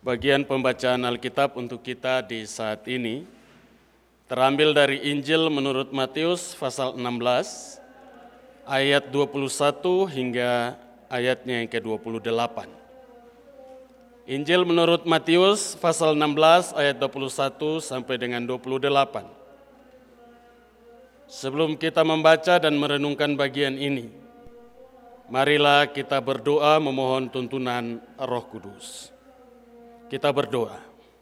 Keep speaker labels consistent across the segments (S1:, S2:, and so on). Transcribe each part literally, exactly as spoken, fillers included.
S1: Bagian pembacaan Alkitab untuk kita di saat ini terambil dari Injil menurut Matius pasal enam belas ayat dua puluh satu hingga ayatnya yang ke dua puluh delapan. Injil menurut Matius pasal enam belas ayat dua puluh satu sampai dengan dua puluh delapan. Sebelum kita membaca dan merenungkan bagian ini, marilah kita berdoa memohon tuntunan Roh Kudus. Kita berdoa.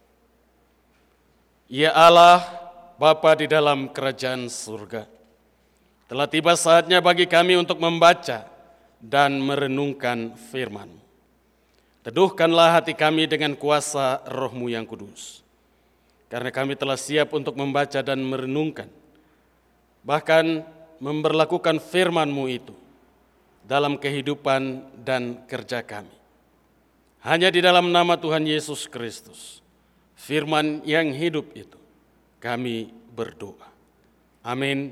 S1: Ya Allah, Bapa di dalam kerajaan surga, telah tiba saatnya bagi kami untuk membaca dan merenungkan firman-Mu. Teduhkanlah hati kami dengan kuasa Roh-Mu yang kudus, karena kami telah siap untuk membaca dan merenungkan, bahkan memberlakukan firman-Mu itu dalam kehidupan dan kerja kami. Hanya di dalam nama Tuhan Yesus Kristus, firman yang hidup itu, kami berdoa. Amin.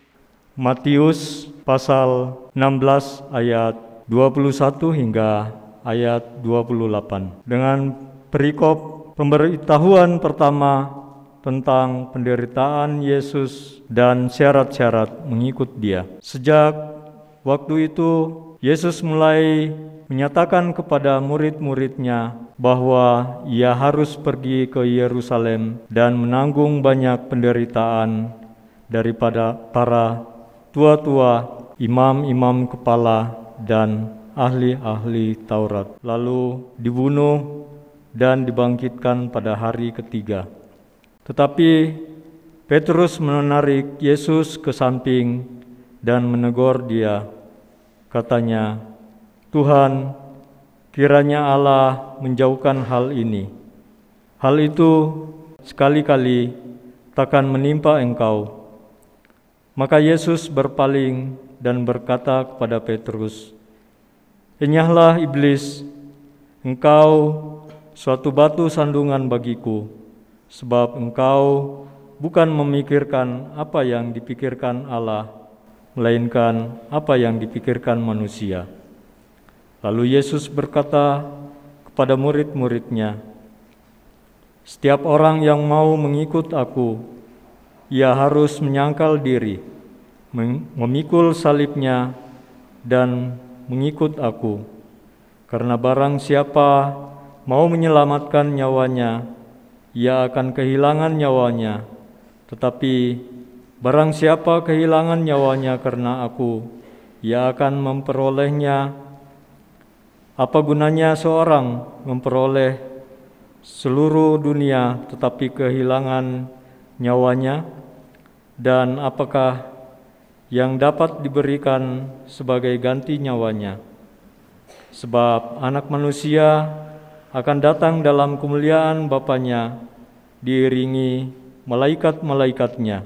S2: Matius pasal enam belas ayat dua puluh satu hingga ayat dua puluh delapan. Dengan perikop pemberitahuan pertama tentang penderitaan Yesus dan syarat-syarat mengikut Dia. Sejak waktu itu, Yesus mulai menyatakan kepada murid-muridnya bahwa ia harus pergi ke Yerusalem dan menanggung banyak penderitaan daripada para tua-tua, imam-imam kepala, dan ahli-ahli Taurat, lalu dibunuh dan dibangkitkan pada hari ketiga. Tetapi Petrus menarik Yesus ke samping dan menegur dia. Katanya, Tuhan, kiranya Allah menjauhkan hal ini. Hal itu sekali-kali takkan menimpa engkau. Maka Yesus berpaling dan berkata kepada Petrus, Enyahlah iblis, engkau suatu batu sandungan bagiku, sebab engkau bukan memikirkan apa yang dipikirkan Allah, melainkan apa yang dipikirkan manusia. Lalu Yesus berkata kepada murid-muridnya, Setiap orang yang mau mengikut aku, ia harus menyangkal diri, memikul salibnya, dan mengikut aku. Karena barang siapa mau menyelamatkan nyawanya, ia akan kehilangan nyawanya. Tetapi barang siapa kehilangan nyawanya karena aku, ia akan memperolehnya. Apa gunanya seorang memperoleh seluruh dunia tetapi kehilangan nyawanya? Dan apakah yang dapat diberikan sebagai ganti nyawanya? Sebab anak manusia akan datang dalam kemuliaan Bapanya, diiringi malaikat-malaikatnya.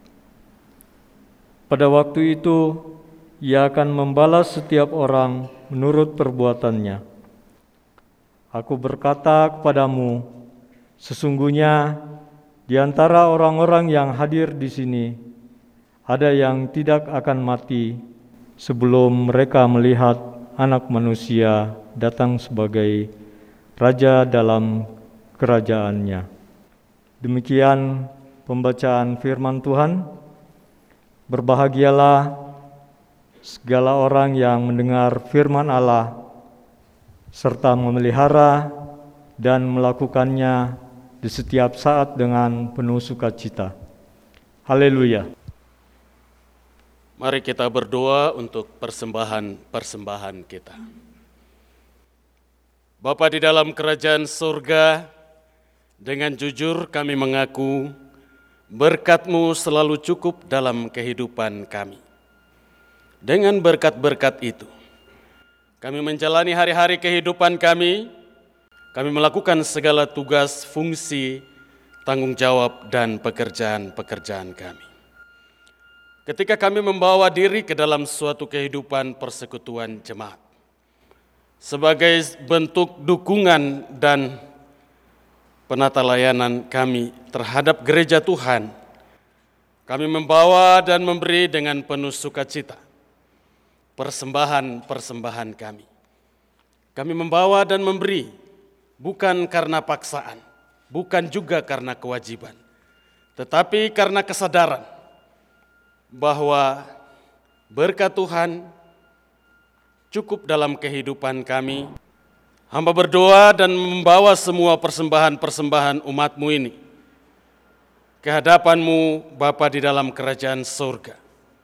S2: Pada waktu itu, Ia akan membalas setiap orang menurut perbuatannya. Aku berkata kepadamu, sesungguhnya di antara orang-orang yang hadir di sini, ada yang tidak akan mati sebelum mereka melihat Anak Manusia datang sebagai Raja dalam kerajaannya. Demikian pembacaan firman Tuhan. Berbahagialah segala orang yang mendengar firman Allah serta memelihara dan melakukannya di setiap saat dengan penuh sukacita. Haleluya.
S1: Mari kita berdoa untuk persembahan-persembahan kita. Bapa di dalam kerajaan surga, dengan jujur kami mengaku berkat-Mu selalu cukup dalam kehidupan kami. Dengan berkat-berkat itu, kami menjalani hari-hari kehidupan kami, kami melakukan segala tugas, fungsi, tanggung jawab, dan pekerjaan-pekerjaan kami. Ketika kami membawa diri ke dalam suatu kehidupan persekutuan jemaat, sebagai bentuk dukungan dan penata layanan kami terhadap gereja Tuhan, kami membawa dan memberi dengan penuh sukacita persembahan-persembahan kami. Kami membawa dan memberi bukan karena paksaan, bukan juga karena kewajiban, tetapi karena kesadaran bahwa berkat Tuhan cukup dalam kehidupan kami. Hamba berdoa dan membawa semua persembahan-persembahan umat-Mu ini ke hadapan-Mu, Bapa di dalam kerajaan surga.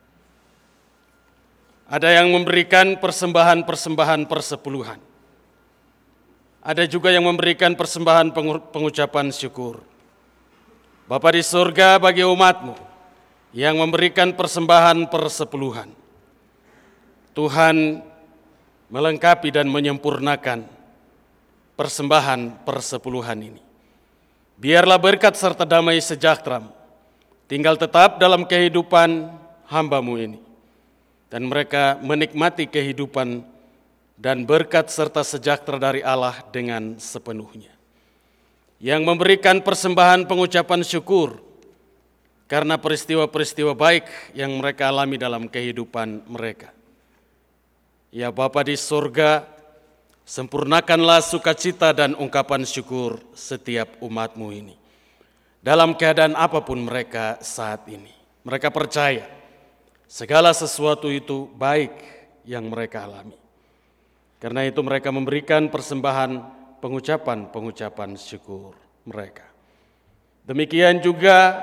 S1: Ada yang memberikan persembahan-persembahan persepuluhan. Ada juga yang memberikan persembahan pengucapan syukur. Bapa di surga, bagi umat-Mu yang memberikan persembahan persepuluhan, Tuhan melengkapi dan menyempurnakan persembahan persepuluhan ini. Biarlah berkat serta damai sejahtera tinggal tetap dalam kehidupan hamba-Mu ini, dan mereka menikmati kehidupan dan berkat serta sejahtera dari Allah dengan sepenuhnya. Yang memberikan persembahan pengucapan syukur karena peristiwa-peristiwa baik yang mereka alami dalam kehidupan mereka. Ya Bapa di surga, sempurnakanlah sukacita dan ungkapan syukur setiap umat-Mu ini. Dalam keadaan apapun mereka saat ini, mereka percaya segala sesuatu itu baik yang mereka alami. Karena itu mereka memberikan persembahan pengucapan-pengucapan syukur mereka. Demikian juga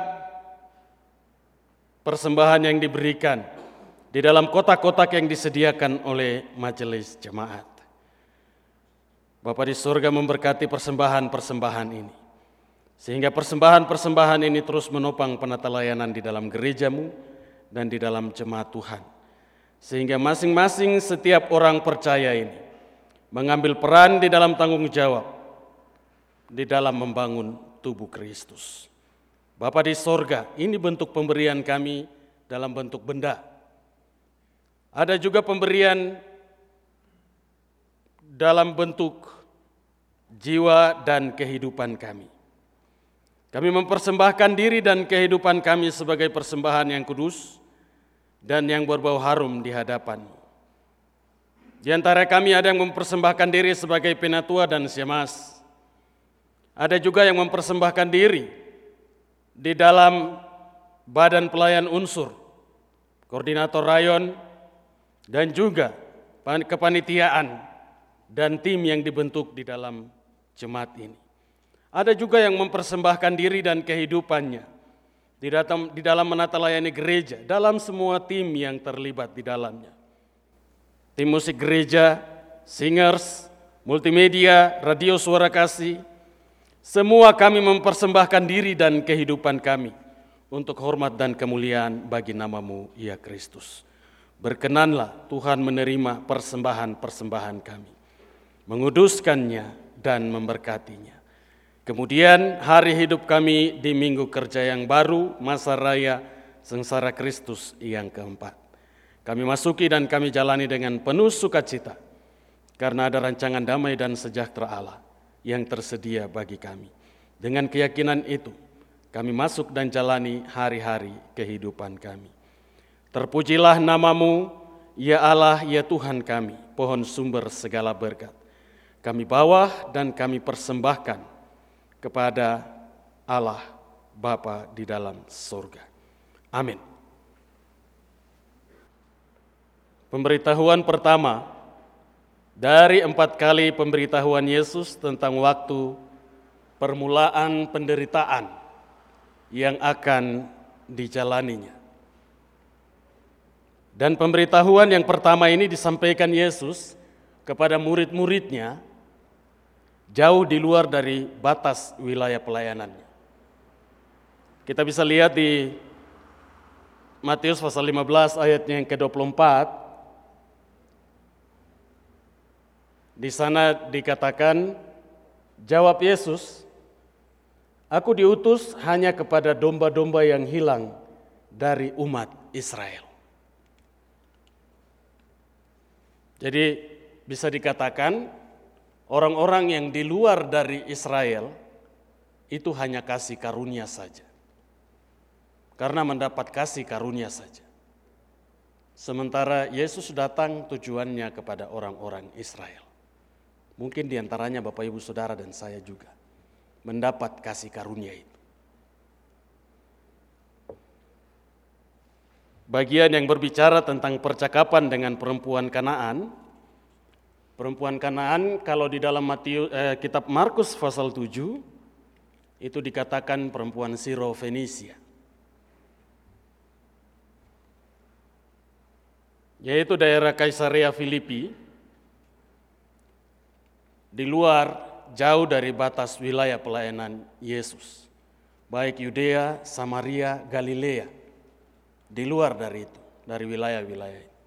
S1: persembahan yang diberikan di dalam kotak-kotak yang disediakan oleh majelis jemaat. Bapa di surga memberkati persembahan-persembahan ini, sehingga persembahan-persembahan ini terus menopang penata layanan di dalam gereja-Mu dan di dalam jemaat Tuhan. Sehingga masing-masing setiap orang percaya ini mengambil peran di dalam tanggung jawab di dalam membangun tubuh Kristus. Bapa di sorga, ini bentuk pemberian kami dalam bentuk benda. Ada juga pemberian dalam bentuk jiwa dan kehidupan kami. Kami mempersembahkan diri dan kehidupan kami sebagai persembahan yang kudus dan yang berbau harum di hadapan-Mu. Di antara kami ada yang mempersembahkan diri sebagai penatua dan syemasi. Ada juga yang mempersembahkan diri di dalam badan pelayan unsur, koordinator rayon, dan juga kepanitiaan dan tim yang dibentuk di dalam jemaat ini. Ada juga yang mempersembahkan diri dan kehidupannya di dalam, di dalam menata layani gereja, dalam semua tim yang terlibat di dalamnya. Tim musik gereja, singers, multimedia, radio suara kasih, semua kami mempersembahkan diri dan kehidupan kami untuk hormat dan kemuliaan bagi nama-Mu, ya Kristus. Berkenanlah Tuhan menerima persembahan-persembahan kami, menguduskannya dan memberkatinya. Kemudian hari hidup kami di minggu kerja yang baru, masa raya sengsara Kristus yang keempat. Kami masuki dan kami jalani dengan penuh sukacita, karena ada rancangan damai dan sejahtera Allah yang tersedia bagi kami. Dengan keyakinan itu, kami masuk dan jalani hari-hari kehidupan kami. Terpujilah nama-Mu, ya Allah, ya Tuhan kami, pohon sumber segala berkat. Kami bawa dan kami persembahkan kepada Allah Bapa di dalam surga. Amin. Pemberitahuan pertama dari empat kali pemberitahuan Yesus tentang waktu permulaan penderitaan yang akan dijalaninya. Dan pemberitahuan yang pertama ini disampaikan Yesus kepada murid-muridnya jauh di luar dari batas wilayah pelayanannya. Kita bisa lihat di Matius pasal lima belas ayatnya yang ke dua puluh empat. Di sana dikatakan, jawab Yesus, "Aku diutus hanya kepada domba-domba yang hilang dari umat Israel." Jadi bisa dikatakan orang-orang yang di luar dari Israel itu hanya kasih karunia saja. Karena mendapat kasih karunia saja. Sementara Yesus datang tujuannya kepada orang-orang Israel. Mungkin diantaranya Bapak Ibu Saudara dan saya juga mendapat kasih karunia itu. Bagian yang berbicara tentang percakapan dengan perempuan Kanaan. Perempuan Kanaan kalau di dalam Matius, eh, kitab Markus pasal tujuh itu dikatakan perempuan Siro Fenisia. Yaitu daerah Kaisarea Filipi, di luar jauh dari batas wilayah pelayanan Yesus, baik Yudea, Samaria, Galilea, di luar dari itu, dari wilayah-wilayah itu,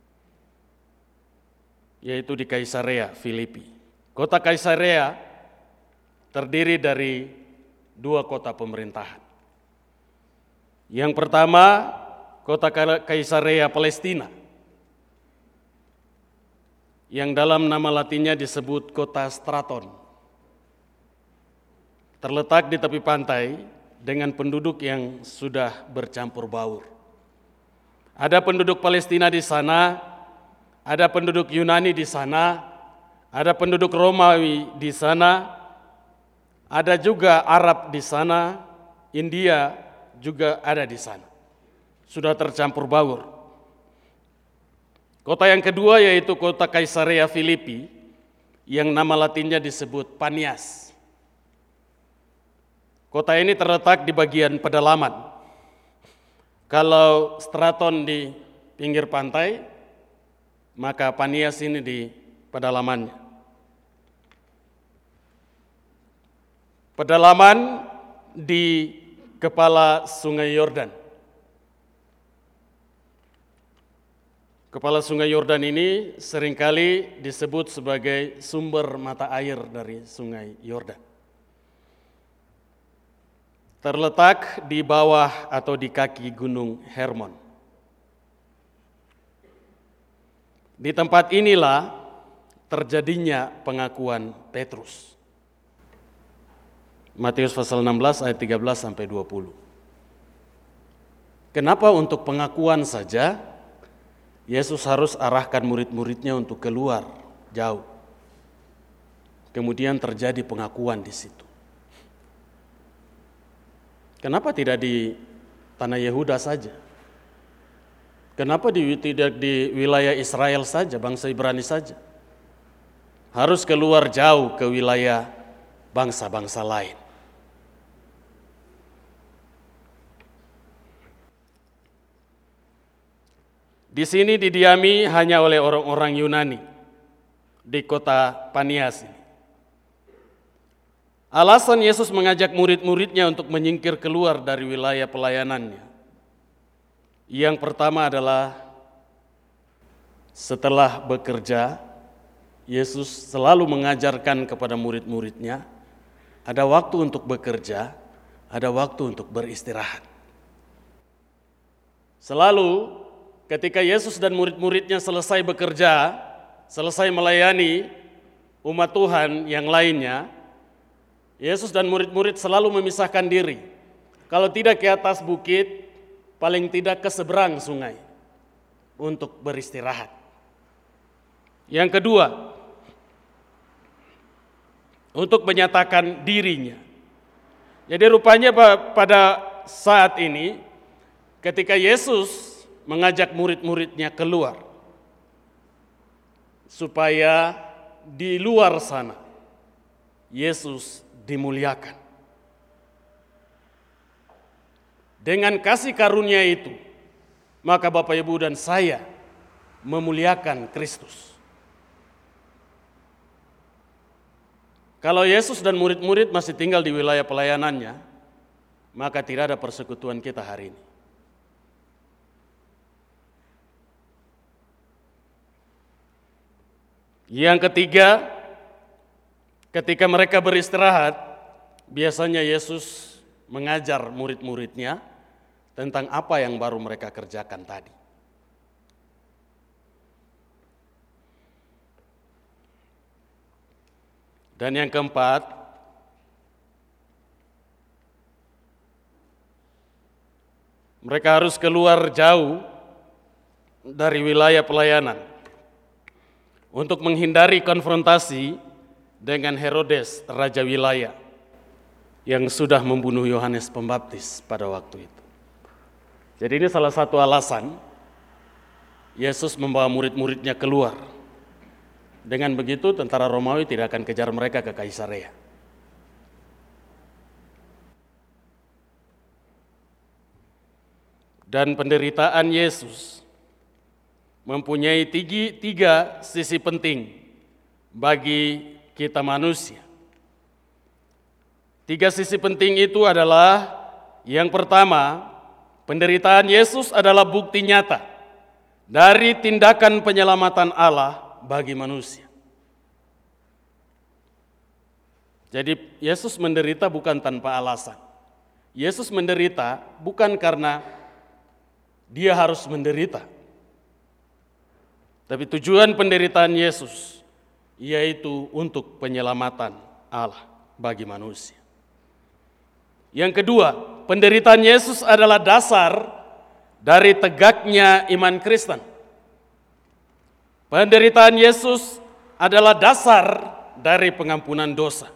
S1: yaitu di Kaisarea Filipi. Kota Kaisarea terdiri dari dua kota pemerintahan. Yang pertama, kota Kaisarea Palestina, yang dalam nama latinnya disebut kota Straton. Terletak di tepi pantai dengan penduduk yang sudah bercampur baur. Ada penduduk Palestina di sana, ada penduduk Yunani di sana, ada penduduk Romawi di sana, ada juga Arab di sana, India juga ada di sana. Sudah tercampur baur. Kota yang kedua yaitu kota Kaisarea Filipi, yang nama latinnya disebut Panias. Kota ini terletak di bagian pedalaman. Kalau Straton di pinggir pantai, maka Panias ini di pedalamannya. Pedalaman di kepala Sungai Yordan. Kepala Sungai Yordan ini seringkali disebut sebagai sumber mata air dari Sungai Yordan. Terletak di bawah atau di kaki Gunung Hermon. Di tempat inilah terjadinya pengakuan Petrus. Matius pasal enam belas ayat tiga belas sampai dua puluh. Kenapa untuk pengakuan saja Yesus harus arahkan murid-muridnya untuk keluar jauh? Kemudian terjadi pengakuan di situ. Kenapa tidak di tanah Yehuda saja? Kenapa di, tidak di wilayah Israel saja, bangsa Ibrani saja? Harus keluar jauh ke wilayah bangsa-bangsa lain. Di sini didiami hanya oleh orang-orang Yunani di kota Panias ini. Alasan Yesus mengajak murid-muridnya untuk menyingkir keluar dari wilayah pelayanannya. Yang pertama adalah setelah bekerja, Yesus selalu mengajarkan kepada murid-muridnya, ada waktu untuk bekerja, ada waktu untuk beristirahat. Selalu ketika Yesus dan murid-muridnya selesai bekerja, selesai melayani umat Tuhan yang lainnya, Yesus dan murid-murid selalu memisahkan diri. Kalau tidak ke atas bukit, paling tidak ke seberang sungai untuk beristirahat. Yang kedua, untuk menyatakan dirinya. Jadi rupanya pada saat ini, ketika Yesus mengajak murid-muridnya keluar, supaya di luar sana Yesus dimuliakan. Dengan kasih karunia itu, maka Bapak Ibu dan saya memuliakan Kristus. Kalau Yesus dan murid-murid masih tinggal di wilayah pelayanannya, maka tidak ada persekutuan kita hari ini. Yang ketiga, ketika mereka beristirahat, biasanya Yesus mengajar murid-muridnya tentang apa yang baru mereka kerjakan tadi. Dan yang keempat, mereka harus keluar jauh dari wilayah pelayanan untuk menghindari konfrontasi dengan Herodes, raja wilayah yang sudah membunuh Yohanes Pembaptis pada waktu itu. Jadi ini salah satu alasan Yesus membawa murid-muridnya keluar. Dengan begitu tentara Romawi tidak akan kejar mereka ke Kaisarea. Dan penderitaan Yesus mempunyai tiga, tiga sisi penting bagi kita manusia. Tiga sisi penting itu adalah, yang pertama, penderitaan Yesus adalah bukti nyata dari tindakan penyelamatan Allah bagi manusia. Jadi Yesus menderita bukan tanpa alasan. Yesus menderita bukan karena Dia harus menderita. Tapi tujuan penderitaan Yesus yaitu untuk penyelamatan Allah bagi manusia. Yang kedua, penderitaan Yesus adalah dasar dari tegaknya iman Kristen. Penderitaan Yesus adalah dasar dari pengampunan dosa.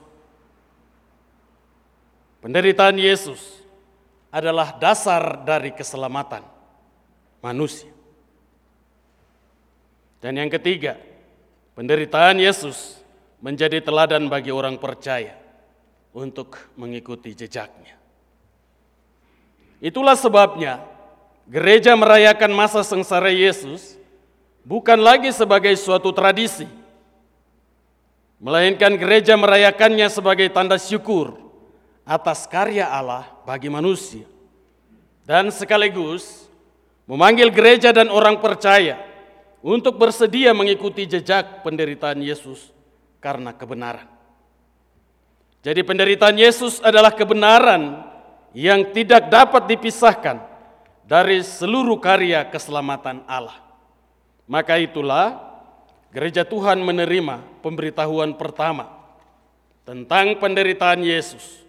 S1: Penderitaan Yesus adalah dasar dari keselamatan manusia. Dan yang ketiga, penderitaan Yesus menjadi teladan bagi orang percaya untuk mengikuti jejaknya. Itulah sebabnya gereja merayakan masa sengsara Yesus bukan lagi sebagai suatu tradisi, melainkan gereja merayakannya sebagai tanda syukur atas karya Allah bagi manusia, dan sekaligus memanggil gereja dan orang percaya untuk bersedia mengikuti jejak penderitaan Yesus karena kebenaran. Jadi penderitaan Yesus adalah kebenaran yang tidak dapat dipisahkan dari seluruh karya keselamatan Allah. Maka itulah gereja Tuhan menerima pemberitahuan pertama tentang penderitaan Yesus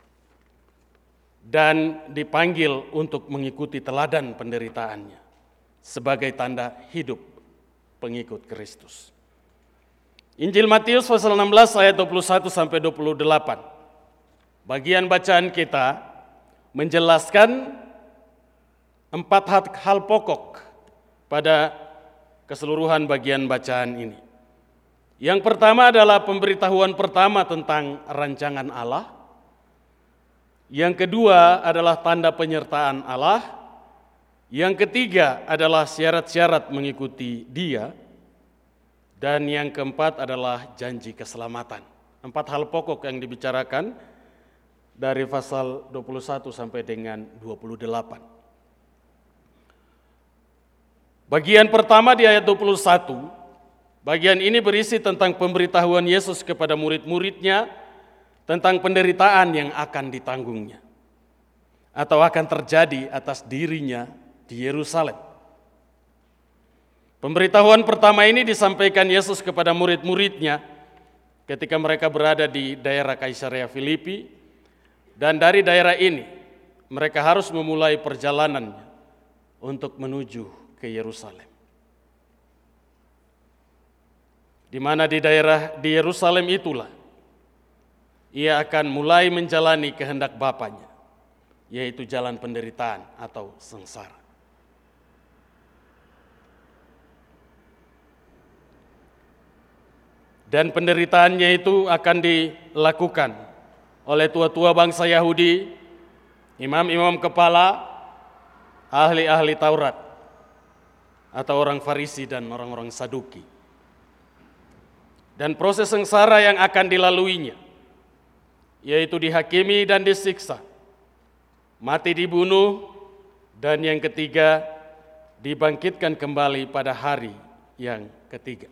S1: dan dipanggil untuk mengikuti teladan penderitaannya sebagai tanda hidup pengikut Kristus. Injil Matius pasal enam belas ayat dua puluh satu sampai dua puluh delapan. Bagian bacaan kita menjelaskan empat hal pokok pada keseluruhan bagian bacaan ini. Yang pertama adalah pemberitahuan pertama tentang rancangan Allah. Yang kedua adalah tanda penyertaan Allah. Yang ketiga adalah syarat-syarat mengikuti Dia. Dan yang keempat adalah janji keselamatan. Empat hal pokok yang dibicarakan dari pasal dua puluh satu sampai dengan dua puluh delapan. Bagian pertama di ayat dua puluh satu, bagian ini berisi tentang pemberitahuan Yesus kepada murid-muridnya tentang penderitaan yang akan ditanggungnya atau akan terjadi atas dirinya di Yerusalem. Pemberitahuan pertama ini disampaikan Yesus kepada murid-muridnya ketika mereka berada di daerah Kaisarea Filipi, dan dari daerah ini mereka harus memulai perjalanannya untuk menuju ke Yerusalem. Di mana di daerah di Yerusalem itulah ia akan mulai menjalani kehendak Bapanya, yaitu jalan penderitaan atau sengsara. Dan penderitaannya itu akan dilakukan oleh tua-tua bangsa Yahudi, imam-imam kepala, ahli-ahli Taurat, atau orang Farisi dan orang-orang Saduki. Dan proses sengsara yang akan dilaluinya, yaitu dihakimi dan disiksa, mati dibunuh, dan yang ketiga dibangkitkan kembali pada hari yang ketiga.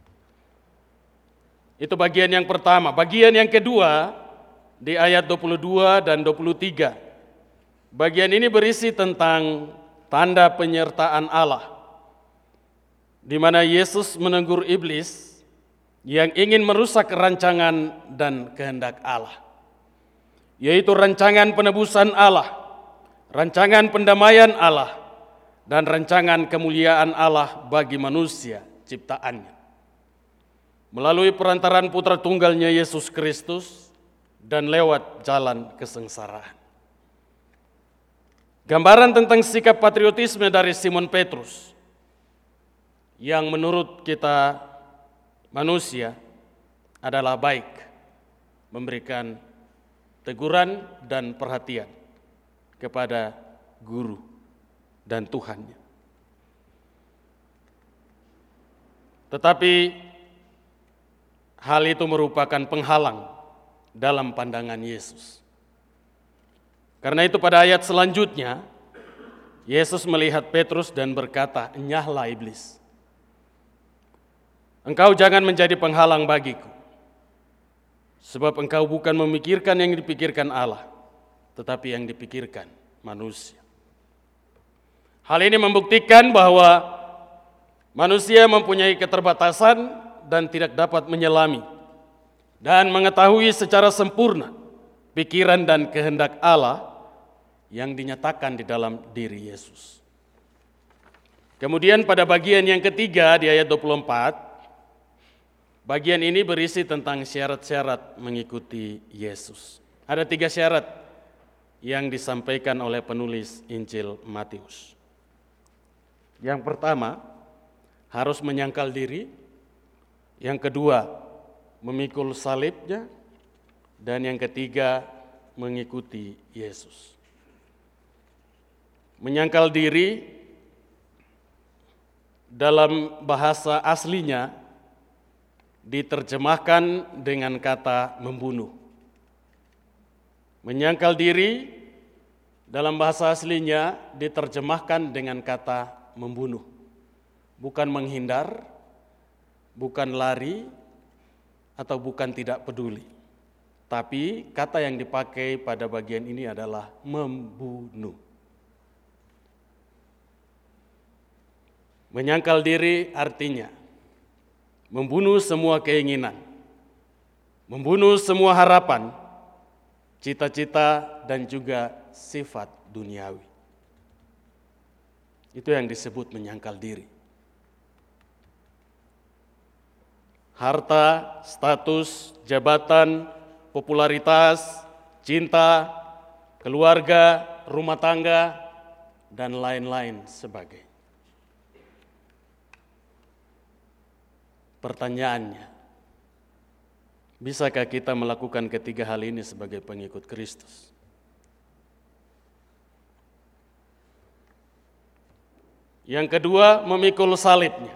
S1: Itu bagian yang pertama. Bagian yang kedua di ayat dua puluh dua dan dua puluh tiga. Bagian ini berisi tentang tanda penyertaan Allah, di mana Yesus menegur iblis yang ingin merusak rancangan dan kehendak Allah, yaitu rancangan penebusan Allah, rancangan pendamaian Allah, dan rancangan kemuliaan Allah bagi manusia ciptaannya. melalui perantaran putra tunggalnya Yesus Kristus dan lewat jalan kesengsaraan. Gambaran tentang sikap patriotisme dari Simon Petrus yang menurut kita manusia adalah baik, memberikan teguran dan perhatian kepada guru dan Tuhannya. Tetapi hal itu merupakan penghalang dalam pandangan Yesus. Karena itu pada ayat selanjutnya, Yesus melihat Petrus dan berkata, "Enyahlah iblis. Engkau jangan menjadi penghalang bagiku. Sebab engkau bukan memikirkan yang dipikirkan Allah, tetapi yang dipikirkan manusia." Hal ini membuktikan bahwa manusia mempunyai keterbatasan dan tidak dapat menyelami dan mengetahui secara sempurna pikiran dan kehendak Allah yang dinyatakan di dalam diri Yesus. Kemudian pada bagian yang ketiga di ayat dua puluh empat, bagian ini berisi tentang syarat-syarat mengikuti Yesus. Ada tiga syarat yang disampaikan oleh penulis Injil Matius. Yang pertama, harus menyangkal diri. Yang kedua, memikul salibnya. Dan yang ketiga, mengikuti Yesus. Menyangkal diri dalam bahasa aslinya diterjemahkan dengan kata membunuh. Menyangkal diri dalam bahasa aslinya diterjemahkan dengan kata membunuh. Bukan menghindar, bukan lari, atau bukan tidak peduli. Tapi kata yang dipakai pada bagian ini adalah membunuh. Menyangkal diri artinya membunuh semua keinginan, membunuh semua harapan, cita-cita, dan juga sifat duniawi. Itu yang disebut menyangkal diri. Harta, status, jabatan, popularitas, cinta, keluarga, rumah tangga, dan lain-lain sebagainya. Pertanyaannya, bisakah kita melakukan ketiga hal ini sebagai pengikut Kristus? Yang kedua, memikul salibnya.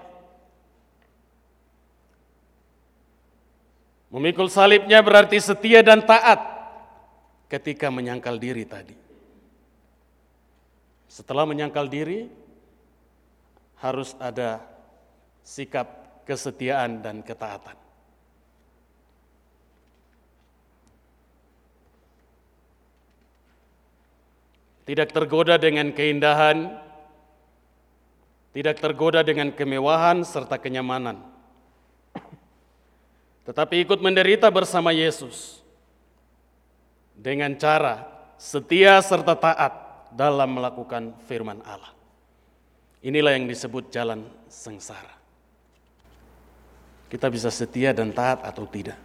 S1: Memikul salibnya berarti setia dan taat ketika menyangkal diri tadi. Setelah menyangkal diri, harus ada sikap kesetiaan dan ketaatan. Tidak tergoda dengan keindahan, tidak tergoda dengan kemewahan serta kenyamanan, tetapi ikut menderita bersama Yesus dengan cara setia serta taat dalam melakukan firman Allah. Inilah yang disebut jalan sengsara. Kita bisa setia dan taat atau tidak.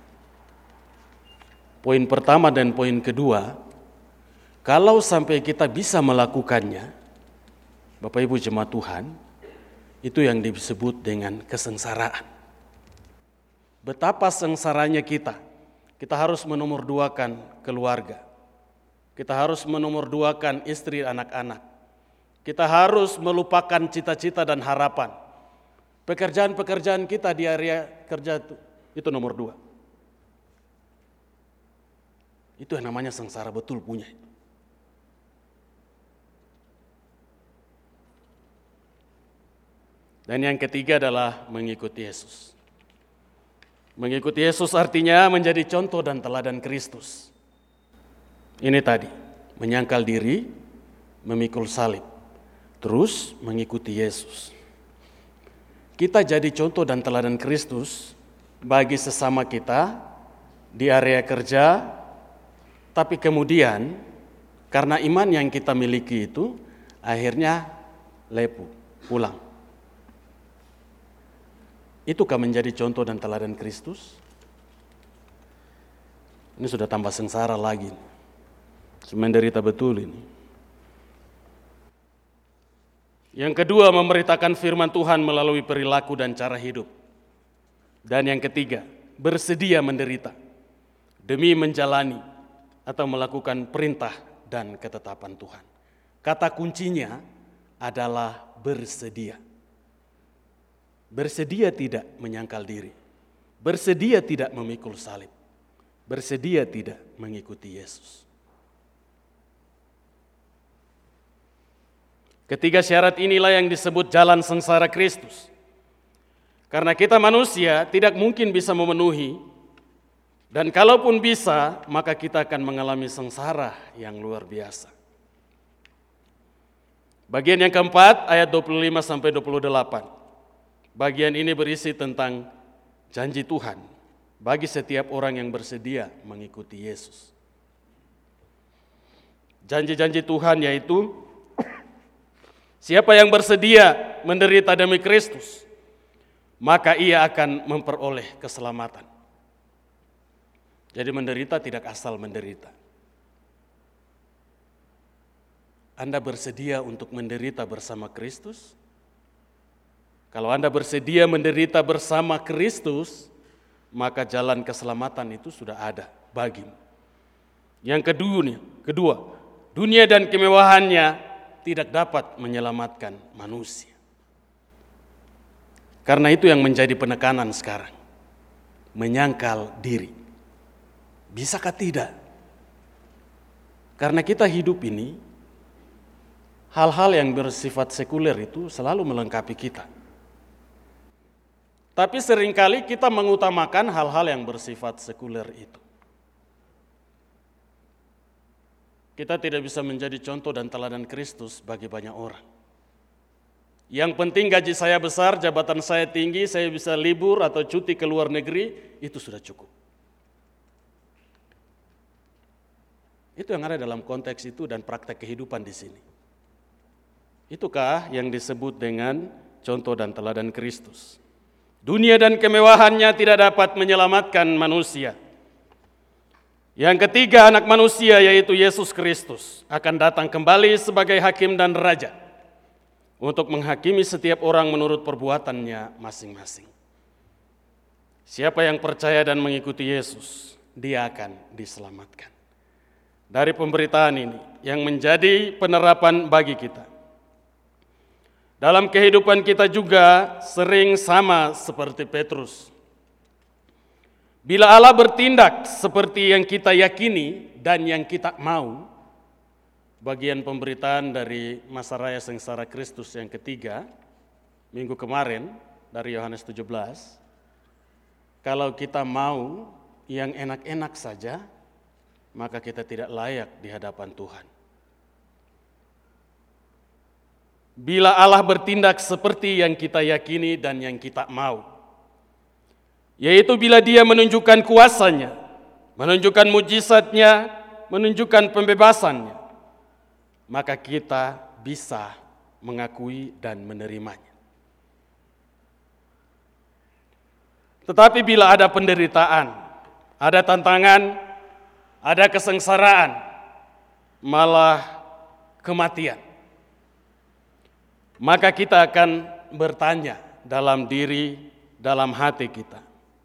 S1: Poin pertama dan poin kedua, kalau sampai kita bisa melakukannya, Bapak Ibu jemaat Tuhan, itu yang disebut dengan kesengsaraan. Betapa sengsaranya kita. Kita harus menomorduakan keluarga. Kita harus menomorduakan istri anak-anak. Kita harus melupakan cita-cita dan harapan. Pekerjaan-pekerjaan kita di area kerja itu, itu nomor dua. Itu yang namanya sengsara betul punya. Dan yang ketiga adalah mengikuti Yesus. Mengikuti Yesus artinya menjadi contoh dan teladan Kristus. Ini tadi, menyangkal diri, memikul salib, terus mengikuti Yesus. Kita jadi contoh dan teladan Kristus bagi sesama kita di area kerja, tapi kemudian karena iman yang kita miliki itu akhirnya lepu, pulang. Itukah menjadi contoh dan teladan Kristus? Ini sudah tambah sengsara lagi. Menderita betul ini. Yang kedua, memberitakan firman Tuhan melalui perilaku dan cara hidup. Dan yang ketiga, bersedia menderita demi menjalani atau melakukan perintah dan ketetapan Tuhan. Kata kuncinya adalah bersedia. Bersedia tidak menyangkal diri. Bersedia tidak memikul salib. Bersedia tidak mengikuti Yesus. Ketiga syarat inilah yang disebut jalan sengsara Kristus. Karena kita manusia tidak mungkin bisa memenuhi, dan kalaupun bisa, maka kita akan mengalami sengsara yang luar biasa. Bagian yang keempat, ayat dua puluh lima sampai dua puluh delapan. Bagian ini berisi tentang janji Tuhan bagi setiap orang yang bersedia mengikuti Yesus. Janji-janji Tuhan yaitu, siapa yang bersedia menderita demi Kristus, maka ia akan memperoleh keselamatan. Jadi menderita tidak asal menderita. Anda bersedia untuk menderita bersama Kristus? Kalau Anda bersedia menderita bersama Kristus, maka jalan keselamatan itu sudah ada bagimu. Yang kedua, kedua, dunia dan kemewahannya tidak dapat menyelamatkan manusia. Karena itu yang menjadi penekanan sekarang. Menyangkal diri. Bisakah tidak? Karena kita hidup ini, hal-hal yang bersifat sekuler itu selalu melengkapi kita. Tapi seringkali kita mengutamakan hal-hal yang bersifat sekuler itu. Kita tidak bisa menjadi contoh dan teladan Kristus bagi banyak orang. Yang penting gaji saya besar, jabatan saya tinggi, saya bisa libur atau cuti ke luar negeri, itu sudah cukup. Itu yang ada dalam konteks itu dan praktek kehidupan di sini. Itukah yang disebut dengan contoh dan teladan Kristus? Dunia dan kemewahannya tidak dapat menyelamatkan manusia. Yang ketiga, anak manusia yaitu Yesus Kristus akan datang kembali sebagai hakim dan raja untuk menghakimi setiap orang menurut perbuatannya masing-masing. Siapa yang percaya dan mengikuti Yesus, dia akan diselamatkan. Dari pemberitaan ini yang menjadi penerapan bagi kita. Dalam kehidupan kita juga sering sama seperti Petrus. Bila Allah bertindak seperti yang kita yakini dan yang kita mau, bagian pemberitaan dari masa raya sengsara Kristus yang ketiga, minggu kemarin dari Yohanes tujuh belas, kalau kita mau yang enak-enak saja, maka kita tidak layak di hadapan Tuhan. Bila Allah bertindak seperti yang kita yakini dan yang kita mau, yaitu bila Dia menunjukkan kuasanya, menunjukkan mujizatnya, menunjukkan pembebasannya, maka kita bisa mengakui dan menerimanya. Tetapi bila ada penderitaan, ada tantangan, ada kesengsaraan, malah kematian, maka kita akan bertanya dalam diri, dalam hati kita,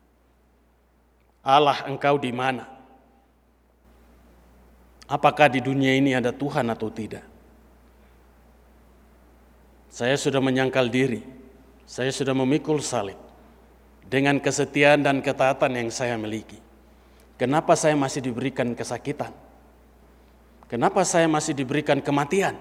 S1: Allah, Engkau di mana? Apakah di dunia ini ada Tuhan atau tidak? Saya sudah menyangkal diri, saya sudah memikul salib dengan kesetiaan dan ketaatan yang saya miliki. Kenapa saya masih diberikan kesakitan? Kenapa saya masih diberikan kematian?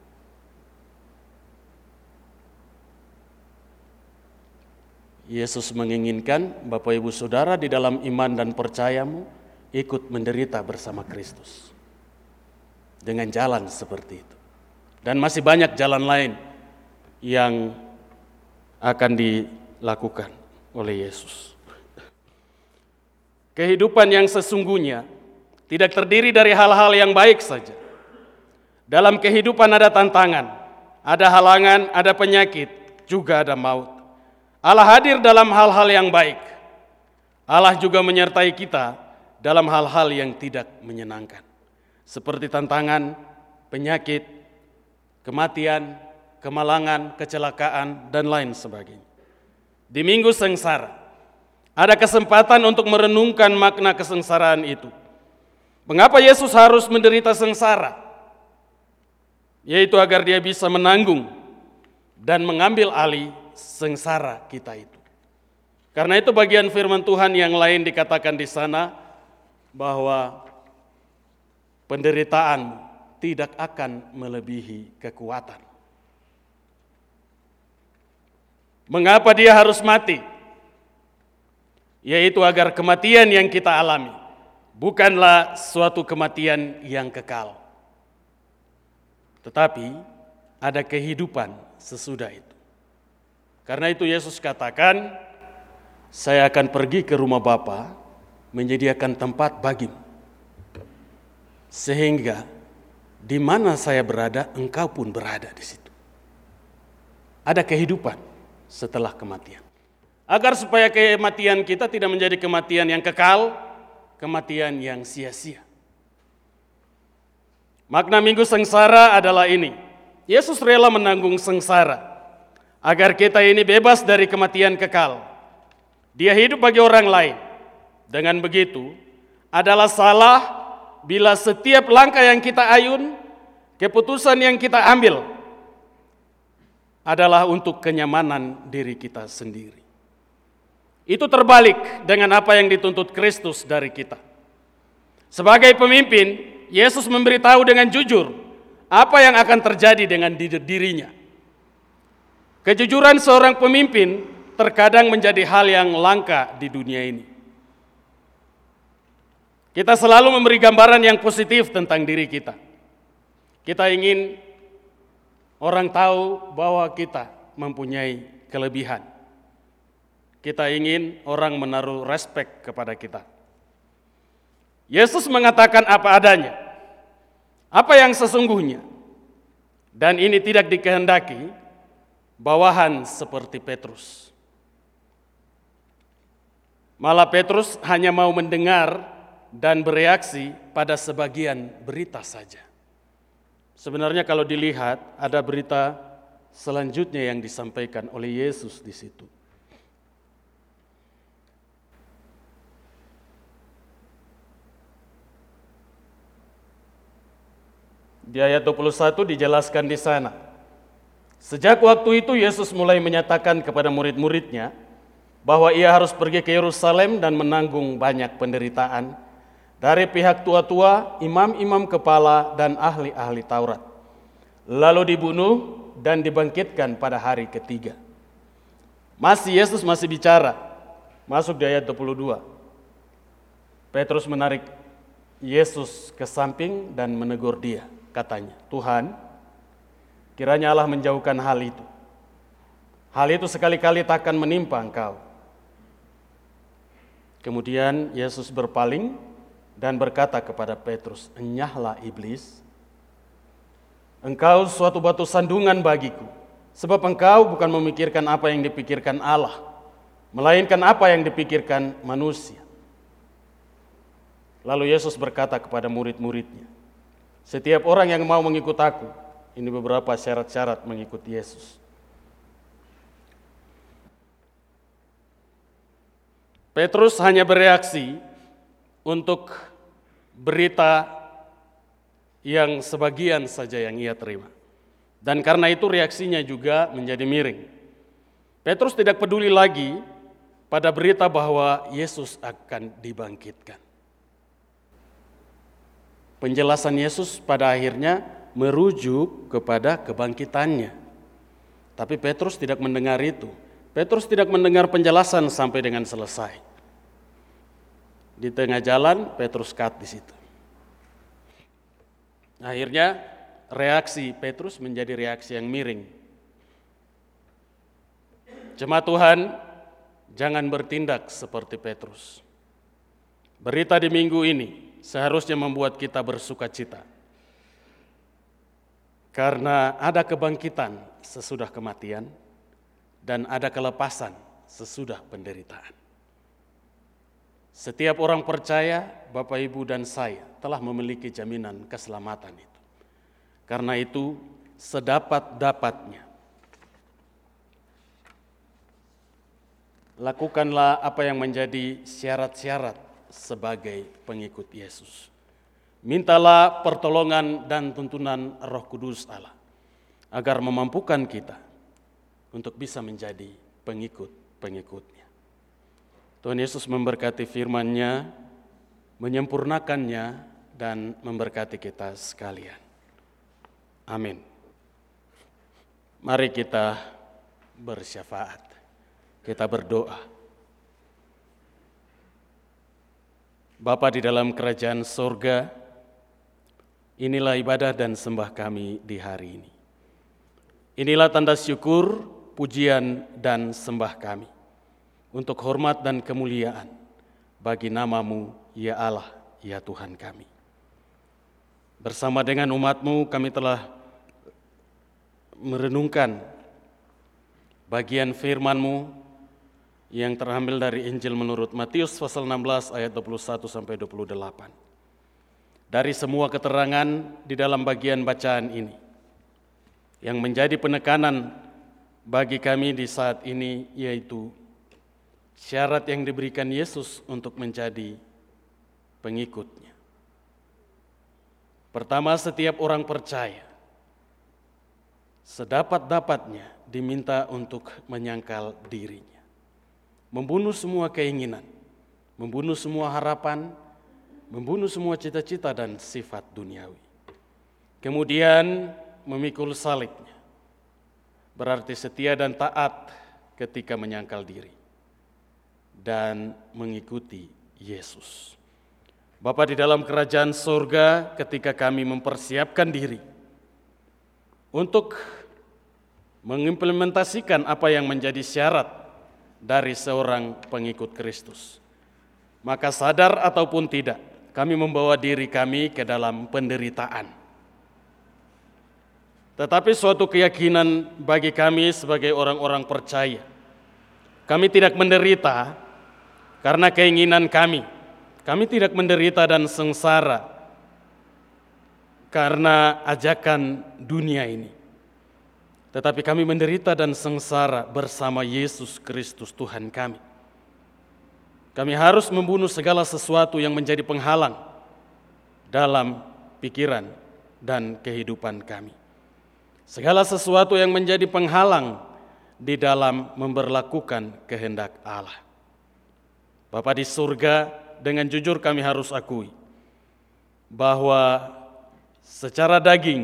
S1: Yesus menginginkan Bapak Ibu Saudara di dalam iman dan percayamu ikut menderita bersama Kristus. Dengan jalan seperti itu. Dan masih banyak jalan lain yang akan dilakukan oleh Yesus. Kehidupan yang sesungguhnya tidak terdiri dari hal-hal yang baik saja. Dalam kehidupan ada tantangan, ada halangan, ada penyakit, juga ada maut. Allah hadir dalam hal-hal yang baik. Allah juga menyertai kita dalam hal-hal yang tidak menyenangkan, seperti tantangan, penyakit, kematian, kemalangan, kecelakaan, dan lain sebagainya. Di minggu sengsara, ada kesempatan untuk merenungkan makna kesengsaraan itu. Mengapa Yesus harus menderita sengsara? Yaitu agar dia bisa menanggung dan mengambil alih sengsara kita itu. Karena itu bagian firman Tuhan yang lain dikatakan di sana bahwa penderitaan tidak akan melebihi kekuatan. Mengapa dia harus mati? Yaitu agar kematian yang kita alami bukanlah suatu kematian yang kekal, tetapi ada kehidupan sesudah itu. Karena itu Yesus katakan, saya akan pergi ke rumah Bapa menyediakan tempat bagimu, sehingga di mana saya berada, engkau pun berada di situ. Ada kehidupan setelah kematian. Agar supaya kematian kita tidak menjadi kematian yang kekal, kematian yang sia-sia. Makna minggu sengsara adalah ini. Yesus rela menanggung sengsara agar kita ini bebas dari kematian kekal. Dia hidup bagi orang lain. Dengan begitu, adalah salah bila setiap langkah yang kita ayun, keputusan yang kita ambil adalah untuk kenyamanan diri kita sendiri. Itu terbalik dengan apa yang dituntut Kristus dari kita. Sebagai pemimpin, Yesus memberitahu dengan jujur apa yang akan terjadi dengan dirinya. Kejujuran seorang pemimpin terkadang menjadi hal yang langka di dunia ini. Kita selalu memberi gambaran yang positif tentang diri kita. Kita ingin orang tahu bahwa kita mempunyai kelebihan. Kita ingin orang menaruh respek kepada kita. Yesus mengatakan apa adanya, apa yang sesungguhnya. Dan ini tidak dikehendaki bawahan seperti Petrus. Malah Petrus hanya mau mendengar dan bereaksi pada sebagian berita saja. Sebenarnya kalau dilihat ada berita selanjutnya yang disampaikan oleh Yesus di situ. Di ayat dua puluh satu dijelaskan di sana. Sejak waktu itu Yesus mulai menyatakan kepada murid-muridnya bahwa ia harus pergi ke Yerusalem dan menanggung banyak penderitaan dari pihak tua-tua, imam-imam kepala, dan ahli-ahli Taurat. Lalu dibunuh dan dibangkitkan pada hari ketiga. Masih Yesus masih bicara. Masuk di ayat dua puluh dua. Petrus menarik Yesus ke samping dan menegur dia. Katanya, Tuhan, kiranya Allah menjauhkan hal itu. Hal itu sekali-kali takkan menimpa engkau. Kemudian Yesus berpaling dan berkata kepada Petrus, enyahlah iblis, engkau suatu batu sandungan bagiku, sebab engkau bukan memikirkan apa yang dipikirkan Allah, melainkan apa yang dipikirkan manusia. Lalu Yesus berkata kepada murid-muridnya, setiap orang yang mau mengikut aku, ini beberapa syarat-syarat mengikuti Yesus. Petrus hanya bereaksi untuk berita yang sebagian saja yang ia terima. Dan karena itu reaksinya juga menjadi miring. Petrus tidak peduli lagi pada berita bahwa Yesus akan dibangkitkan. Penjelasan Yesus pada akhirnya merujuk kepada kebangkitannya. Tapi Petrus tidak mendengar itu. Petrus tidak mendengar penjelasan sampai dengan selesai. Di tengah jalan, Petrus cut di situ. Akhirnya reaksi Petrus menjadi reaksi yang miring. Jemaat Tuhan, jangan bertindak seperti Petrus. Berita di minggu ini seharusnya membuat kita bersuka cita. Karena ada kebangkitan sesudah kematian dan ada kelepasan sesudah penderitaan. Setiap orang percaya, Bapak, Ibu, dan saya telah memiliki jaminan keselamatan itu. Karena itu, sedapat-dapatnya, lakukanlah apa yang menjadi syarat-syarat sebagai pengikut Yesus. Mintalah pertolongan dan tuntunan Roh Kudus Allah agar memampukan kita untuk bisa menjadi pengikut-pengikutnya. Tuhan Yesus memberkati firman-Nya, menyempurnakannya, dan memberkati kita sekalian. Amin. Mari kita bersyafaat. Kita berdoa. Bapa di dalam kerajaan sorga, inilah ibadah dan sembah kami di hari ini. Inilah tanda syukur, pujian, dan sembah kami untuk hormat dan kemuliaan bagi nama-Mu, ya Allah, ya Tuhan kami. Bersama dengan umat-Mu kami telah merenungkan bagian firman-Mu yang terambil dari Injil menurut Matius pasal enam belas ayat dua puluh satu sampai dua puluh delapan. Dari semua keterangan di dalam bagian bacaan ini, yang menjadi penekanan bagi kami di saat ini yaitu syarat yang diberikan Yesus untuk menjadi pengikutnya. Pertama, setiap orang percaya sedapat-dapatnya diminta untuk menyangkal dirinya, membunuh semua keinginan, membunuh semua harapan, membunuh semua cita-cita dan sifat duniawi. Kemudian memikul salibnya, berarti setia dan taat ketika menyangkal diri dan mengikuti Yesus. Bapa di dalam kerajaan surga, ketika kami mempersiapkan diri untuk mengimplementasikan apa yang menjadi syarat dari seorang pengikut Kristus, maka sadar ataupun tidak, kami membawa diri kami ke dalam penderitaan. Tetapi suatu keyakinan bagi kami sebagai orang-orang percaya, kami tidak menderita karena keinginan kami. Kami tidak menderita dan sengsara karena ajakan dunia ini. Tetapi kami menderita dan sengsara bersama Yesus Kristus Tuhan kami. Kami harus membunuh segala sesuatu yang menjadi penghalang dalam pikiran dan kehidupan kami. Segala sesuatu yang menjadi penghalang di dalam memberlakukan kehendak Allah. Bapa di surga, dengan jujur kami harus akui bahwa secara daging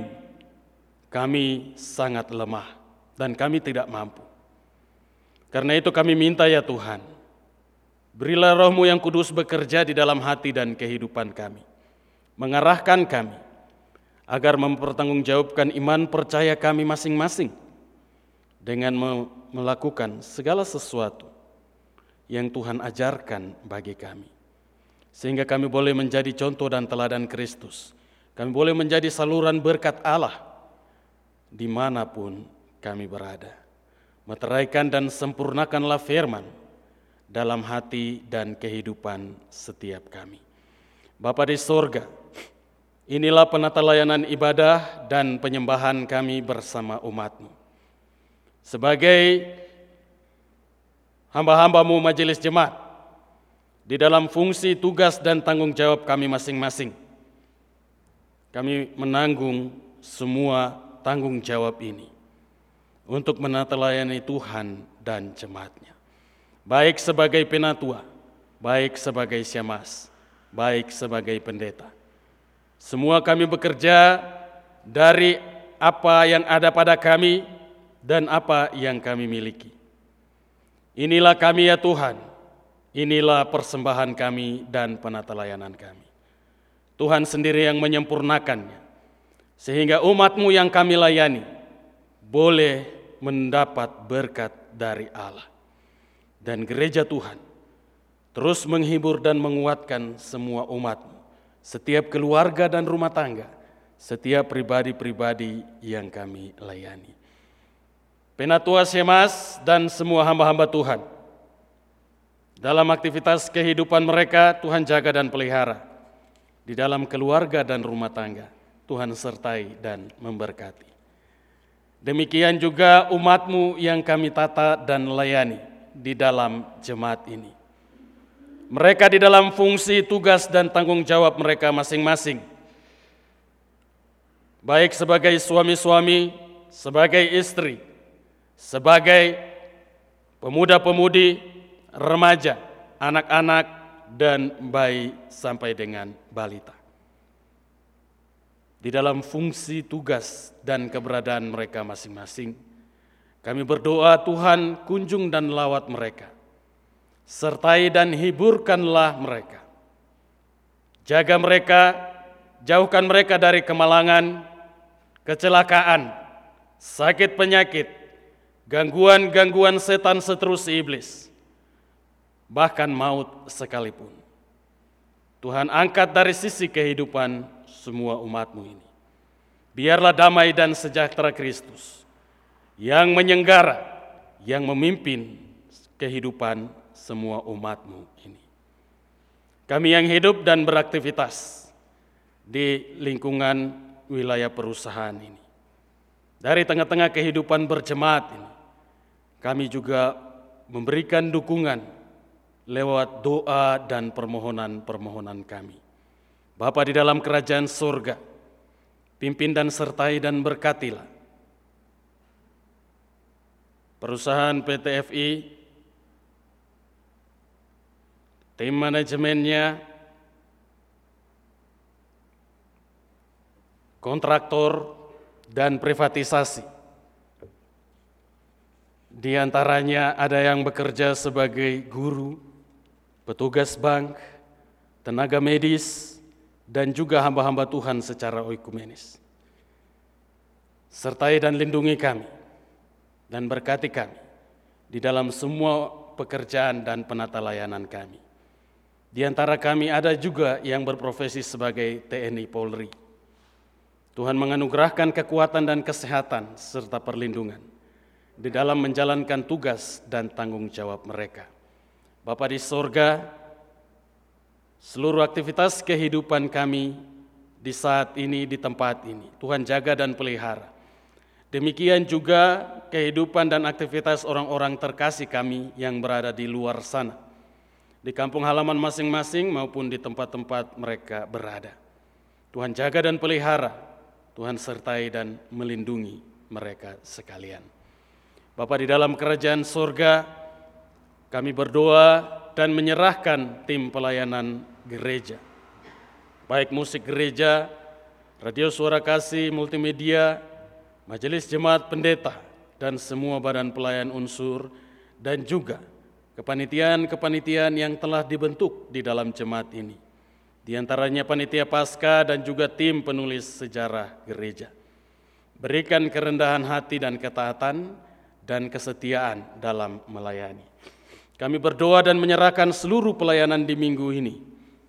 S1: kami sangat lemah dan kami tidak mampu. Karena itu kami minta ya Tuhan, berilah Roh-Mu yang kudus bekerja di dalam hati dan kehidupan kami, mengarahkan kami agar mempertanggungjawabkan iman percaya kami masing-masing dengan melakukan segala sesuatu yang Tuhan ajarkan bagi kami. Sehingga kami boleh menjadi contoh dan teladan Kristus. Kami boleh menjadi saluran berkat Allah dimanapun kami berada. Meteraikan dan sempurnakanlah firman dalam hati dan kehidupan setiap kami. Bapa di surga, inilah penata layanan ibadah dan penyembahan kami bersama umat-Mu. Sebagai hamba-hamba-Mu majelis jemaat, di dalam fungsi, tugas, dan tanggung jawab kami masing-masing, kami menanggung semua tanggung jawab ini untuk menata layani Tuhan dan jemaat-Nya. Baik sebagai penatua, baik sebagai syemasi, baik sebagai pendeta. Semua kami bekerja dari apa yang ada pada kami dan apa yang kami miliki. Inilah kami ya Tuhan, inilah persembahan kami dan penata layanan kami. Tuhan sendiri yang menyempurnakannya, sehingga umat-Mu yang kami layani boleh mendapat berkat dari Allah. Dan gereja Tuhan terus menghibur dan menguatkan semua umat-Mu, setiap keluarga dan rumah tangga, setiap pribadi-pribadi yang kami layani. Penatua Syemasi dan semua hamba-hamba Tuhan Dalam aktivitas kehidupan mereka, Tuhan jaga dan pelihara. Di dalam keluarga dan rumah tangga, Tuhan sertai dan memberkati. Demikian juga umat-Mu yang kami tata dan layani di dalam jemaat ini. Mereka di dalam fungsi, tugas, dan tanggung jawab mereka masing-masing. Baik sebagai suami-suami, sebagai istri, sebagai pemuda-pemudi, remaja, anak-anak, dan bayi sampai dengan balita. Di dalam fungsi, tugas, dan keberadaan mereka masing-masing, kami berdoa Tuhan kunjung dan lawat mereka, sertai dan hiburkanlah mereka. Jaga mereka, jauhkan mereka dari kemalangan, kecelakaan, sakit penyakit, gangguan-gangguan setan seterus iblis, bahkan maut sekalipun. Tuhan angkat dari sisi kehidupan semua umat-Mu ini. Biarlah damai dan sejahtera Kristus yang menyenggara, yang memimpin kehidupan semua umat-Mu ini. Kami yang hidup dan beraktivitas di lingkungan wilayah perusahaan ini, dari tengah-tengah kehidupan berjemaat ini, kami juga memberikan dukungan lewat doa dan permohonan-permohonan kami. Bapa di dalam kerajaan surga, pimpin dan sertai dan berkatilah perusahaan P T F I, tim manajemennya, kontraktor, dan privatisasi. Di antaranya ada yang bekerja sebagai guru, petugas bank, tenaga medis, dan juga hamba-hamba Tuhan secara oikumenis. Sertai dan lindungi kami, dan berkati kami di dalam semua pekerjaan dan penata layanan kami. Di antara kami ada juga yang berprofesi sebagai T N I Polri. Tuhan menganugerahkan kekuatan dan kesehatan serta perlindungan di dalam menjalankan tugas dan tanggung jawab mereka. Bapa di sorga, seluruh aktivitas kehidupan kami di saat ini, di tempat ini, Tuhan jaga dan pelihara. Demikian juga kehidupan dan aktivitas orang-orang terkasih kami yang berada di luar sana, di kampung halaman masing-masing maupun di tempat-tempat mereka berada. Tuhan jaga dan pelihara, Tuhan sertai dan melindungi mereka sekalian. Bapa di dalam kerajaan surga, kami berdoa dan menyerahkan tim pelayanan gereja, baik musik gereja, radio suara kasih, multimedia, majelis jemaat pendeta, dan semua badan pelayan unsur, dan juga kepanitiaan-kepanitiaan yang telah dibentuk di dalam jemaat ini. Di antaranya panitia Paskah dan juga tim penulis sejarah gereja. Berikan kerendahan hati dan ketaatan dan kesetiaan dalam melayani. Kami berdoa dan menyerahkan seluruh pelayanan di minggu ini,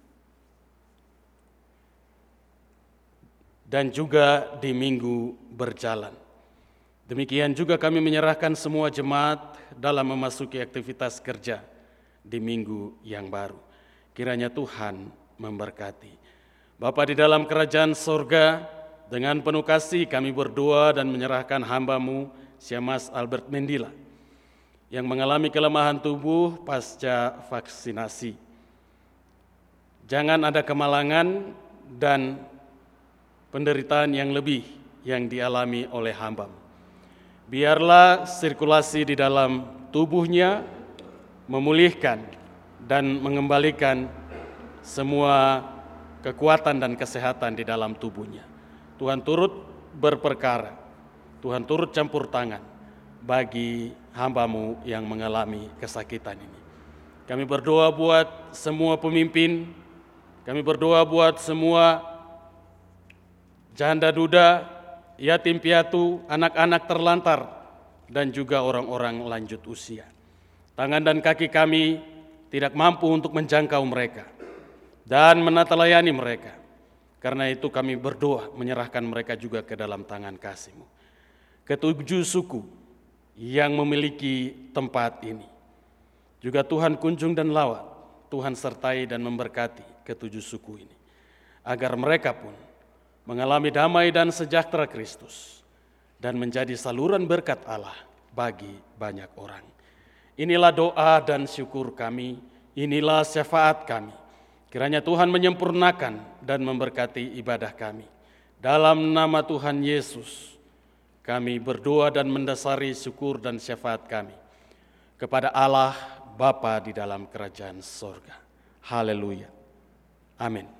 S1: dan juga di minggu berjalan. Demikian juga kami menyerahkan semua jemaat dalam memasuki aktivitas kerja di minggu yang baru. Kiranya Tuhan memberkati. Bapa di dalam kerajaan sorga, dengan penuh kasih kami berdoa dan menyerahkan hamba-Mu, Syamas Albert Mendila, yang mengalami kelemahan tubuh pasca vaksinasi. Jangan ada kemalangan dan penderitaan yang lebih yang dialami oleh hamba-Mu. Biarlah sirkulasi di dalam tubuhnya memulihkan dan mengembalikan semua kekuatan dan kesehatan di dalam tubuhnya. Tuhan turut berperkara, Tuhan turut campur tangan bagi hamba-Mu yang mengalami kesakitan ini. Kami berdoa buat semua pemimpin, kami berdoa buat semua janda duda, yatim piatu, anak-anak terlantar, dan juga orang-orang lanjut usia. Tangan dan kaki kami tidak mampu untuk menjangkau mereka dan menata layani mereka. Karena itu kami berdoa menyerahkan mereka juga ke dalam tangan kasih-Mu. Ketujuh suku yang memiliki tempat ini, Juga Tuhan kunjung dan lawat, Tuhan sertai dan memberkati ketujuh suku ini, agar mereka pun mengalami damai dan sejahtera Kristus dan menjadi saluran berkat Allah bagi banyak orang. Inilah doa dan syukur kami, inilah syafaat kami. Kiranya Tuhan menyempurnakan dan memberkati ibadah kami. Dalam nama Tuhan Yesus, kami berdoa dan mendasari syukur dan syafaat kami kepada Allah Bapa di dalam kerajaan sorga. Haleluya. Amin.